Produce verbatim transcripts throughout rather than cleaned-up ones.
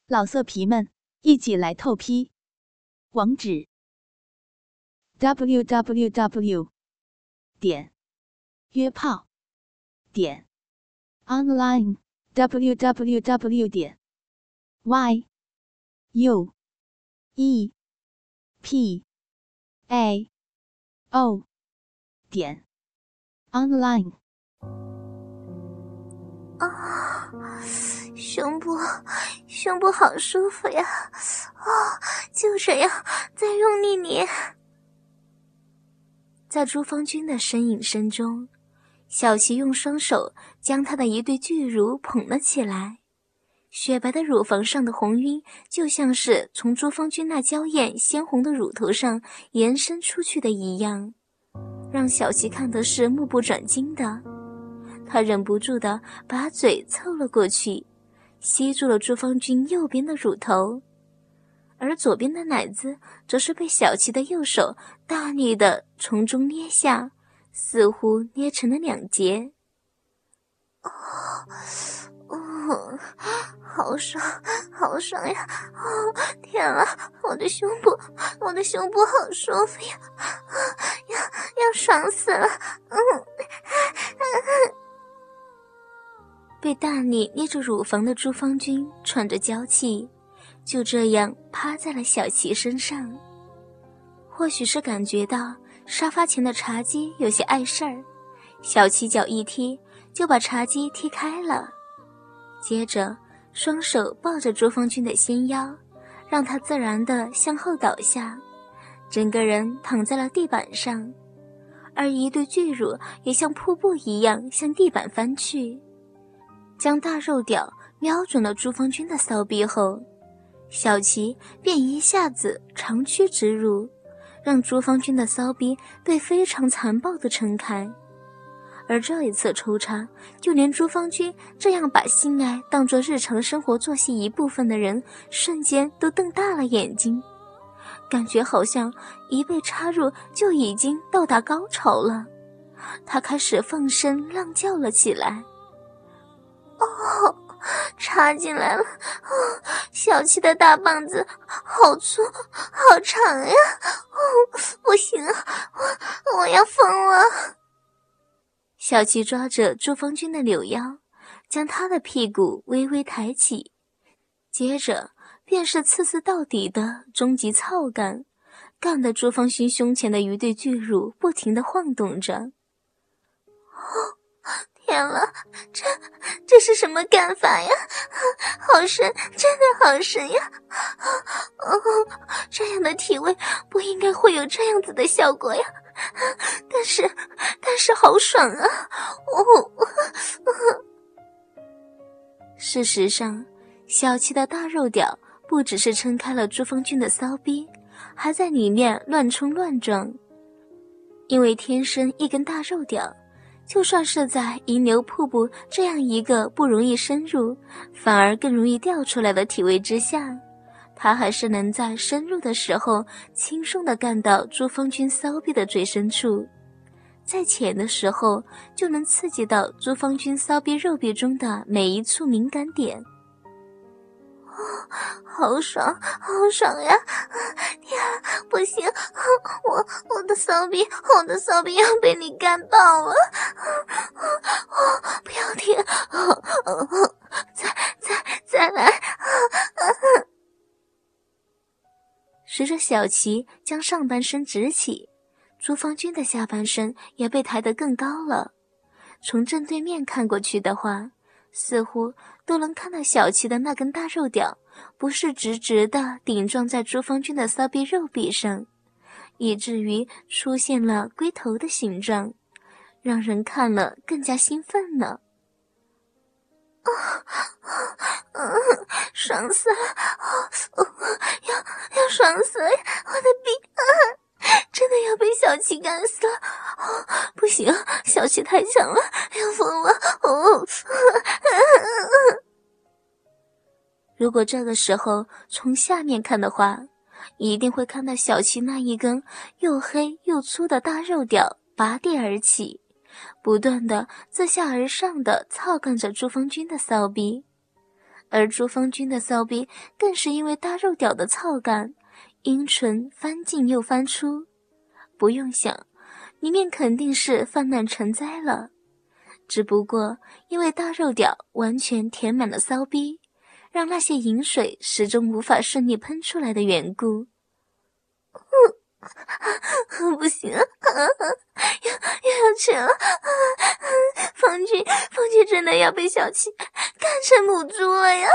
老色皮们，一起来透批！网址 ：double u double u double u 点约炮点 online w w w 点 y u e p a o 点 online。 啊，胸部，胸部好舒服呀！哦，就这样，再用力捏。在朱芳君的呻吟声中，小琪用双手将她的一对巨乳捧了起来，雪白的乳房上的红晕就像是从朱芳君那娇艳鲜红的乳头上延伸出去的一样，让小琪看的是目不转睛的。他忍不住地把嘴凑了过去，吸住了朱芳君右边的乳头，而左边的奶子则是被小琪的右手大力地从中捏下，似乎捏成了两截。哦，哦，好爽，好爽呀！哦，天啊，我的胸部，我的胸部好舒服呀！要要爽死了！嗯。被大力捏着乳房的朱芳君喘着娇气，就这样趴在了小琪身上。或许是感觉到沙发前的茶几有些碍事儿，小琪脚一踢就把茶几踢开了，接着双手抱着朱芳君的纤腰，让她自然地向后倒下，整个人躺在了地板上，而一对巨乳也像瀑布一样向地板翻去。将大肉屌瞄准了朱芳君的骚逼后，小琪便一下子长驱直入，让朱芳君的骚逼被非常残暴地撑开。而这一次抽插，就连朱芳君这样把性爱当作日常生活作息一部分的人，瞬间都瞪大了眼睛，感觉好像一被插入就已经到达高潮了。他开始放声浪叫了起来。哦，插进来了！哦，小琪的大棒子好粗好长呀！哦，不行啊，我我要疯了！小琪抓着朱芳君的柳腰，将她的屁股微微抬起，接着便是刺刺到底的终极操干，干得朱芳君胸前的一对巨乳不停地晃动着。哦，天了，这这是什么干法呀？好深，真的好深呀！哦，这样的体位不应该会有这样子的效果呀！但是，但是好爽啊！哦，事实上，小琪的大肉屌不只是撑开了朱芳君的骚逼，还在里面乱冲乱撞。因为天生一根大肉屌，就算是在银流瀑布这样一个不容易深入，反而更容易掉出来的体位之下，他还是能在深入的时候轻松地干到朱芳君骚逼的最深处，在浅的时候就能刺激到朱芳君骚逼肉壁中的每一处敏感点。哦，好爽，好爽呀！天啊，不行，我我的骚逼，我的骚逼要被你干爆了！哦，不要停，哦哦，再再再来！随着小琪将上半身直起，朱芳君的下半身也被抬得更高了。从正对面看过去的话，似乎都能看到小琪的那根大肉屌不是直直的顶撞在朱芳君的骚逼肉壁上，以至于出现了龟头的形状，让人看了更加兴奋了。哦，嗯，爽死了！哦，要要爽死了！我的逼啊，真的要被小琪干死了！哦，不行，小琪太强了，要疯了！哦，如果这个时候从下面看的话，一定会看到小琪那一根又黑又粗的大肉屌拔地而起，不断的自下而上的操干着朱芳君的骚逼， 而朱芳君的骚逼更是因为大肉屌的操感，阴唇翻进又翻出，不用想，里面肯定是泛滥成灾了。只不过因为大肉屌完全填满了骚逼，让那些饮水始终无法顺利喷出来的缘故。不行啊，要要要去了！方君，方君真的要被小七干成母猪了呀！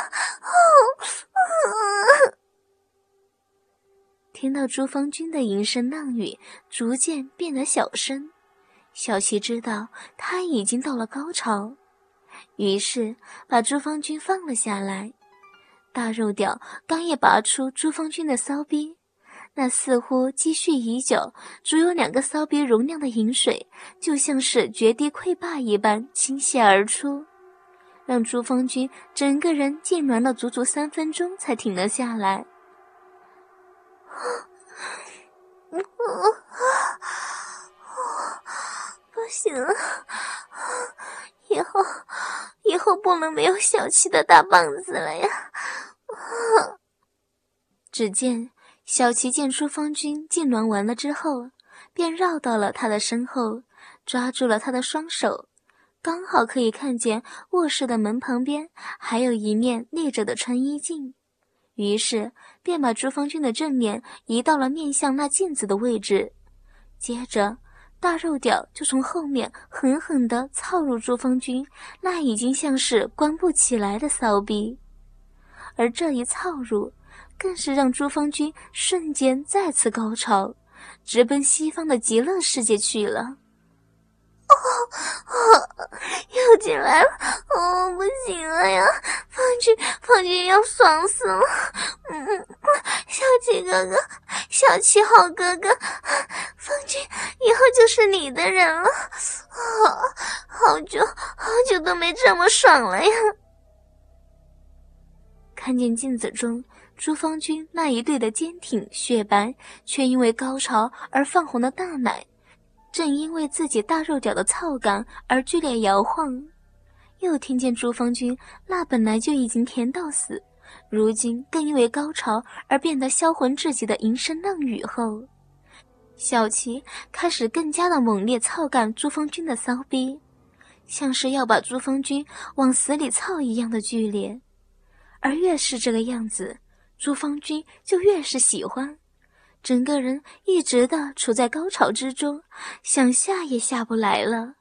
听到朱芳君的吟声浪语逐渐变得小声，小七知道他已经到了高潮，于是把朱芳君放了下来。大肉屌刚一拔出朱芳君的骚逼，那似乎积蓄已久、足有两个骚逼容量的饮水，就像是决堤溃坝一般倾泻而出，让朱芳君整个人痉挛了足足三分钟才停了下来。不行了，以后以后不能没有小七的大棒子了呀！只见小七见朱芳君痉挛完了之后，便绕到了他的身后，抓住了他的双手，刚好可以看见卧室的门旁边还有一面立着的穿衣镜，于是便把朱芳君的正脸移到了面向那镜子的位置，接着大肉屌就从后面狠狠地操入朱芳君那已经像是关不起来的骚逼，而这一操入更是让朱芳君瞬间再次高潮，直奔西方的极乐世界去了。哦哦，又进来了！哦，不行了呀，方君，方君要爽死了！嗯嗯，小七哥哥，小七好哥哥，方君以后就是你的人了。哦，好久好久都没这么爽了呀！看见镜子中朱芳君那一对的坚挺雪白却因为高潮而泛红的大奶，正因为自己大肉屌的操感而剧烈摇晃，又听见朱芳君那本来就已经甜到死，如今更因为高潮而变得销魂至极的吟声浪语后，小七开始更加的猛烈操干朱芳君的骚逼，像是要把朱芳君往死里操一样的剧烈。而越是这个样子，朱芳君就越是喜欢，整个人一直的处在高潮之中，想下也下不来了。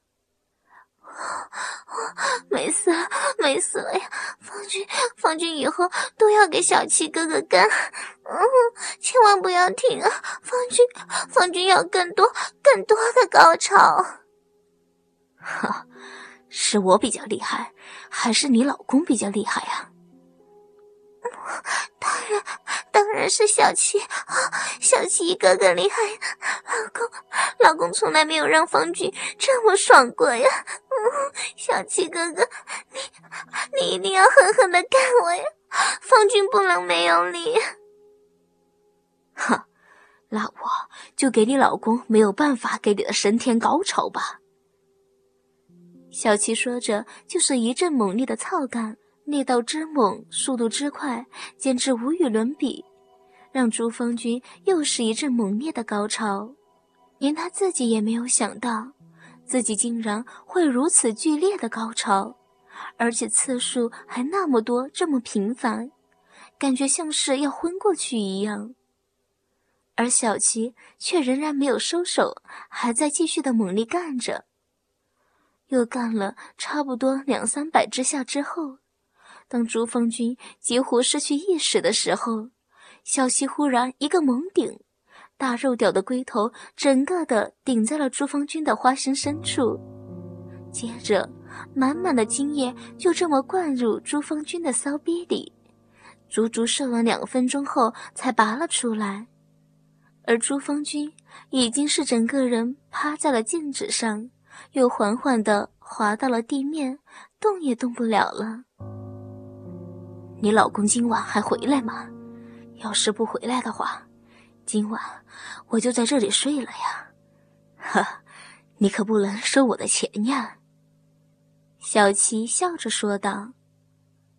没死了，没死了呀！方君，方君以后都要给小七哥哥干，嗯，千万不要停啊！方君，方君要更多、更多的高潮。哈，是我比较厉害，还是你老公比较厉害呀？当然，当然是小七，小七哥哥厉害。老公，老公从来没有让方君这么爽过呀！嗯，小七哥哥，你你一定要狠狠地干我呀！方君不能没有你。哼，那我就给你老公没有办法给你的神甜高潮吧。小七说着，就是一阵猛烈的操干。力道之猛，速度之快，简直无与伦比，让朱芳君又是一阵猛烈的高潮。连他自己也没有想到，自己竟然会如此剧烈的高潮，而且次数还那么多，这么频繁，感觉像是要昏过去一样。而小七却仍然没有收手，还在继续的猛力干着。又干了差不多两三百之下之后，当朱芳君几乎失去意识的时候，小七忽然一个猛顶，大肉屌的龟头整个的顶在了朱芳君的花心深处，接着满满的精液就这么灌入朱芳君的骚逼里，足足射了两分钟后才拔了出来。而朱芳君已经是整个人趴在了镜子上，又缓缓地滑到了地面，动也动不了了。你老公今晚还回来吗？要是不回来的话，今晚我就在这里睡了呀。哈，你可不能收我的钱呀。小七笑着说道。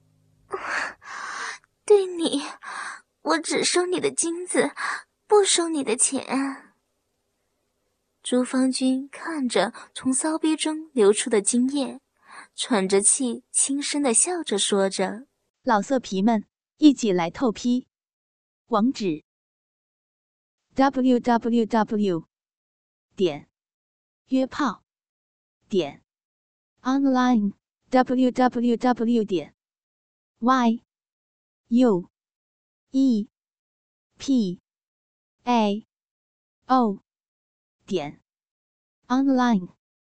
对你，我只收你的金子，不收你的钱。朱芳君看着从骚逼中流出的精液，喘着气，轻声地笑着说着：“ 老色皮们，一起来透批！网址 ：double u double u double u 点约炮点 online double u double u double u 点 y u e p a o 点 online。”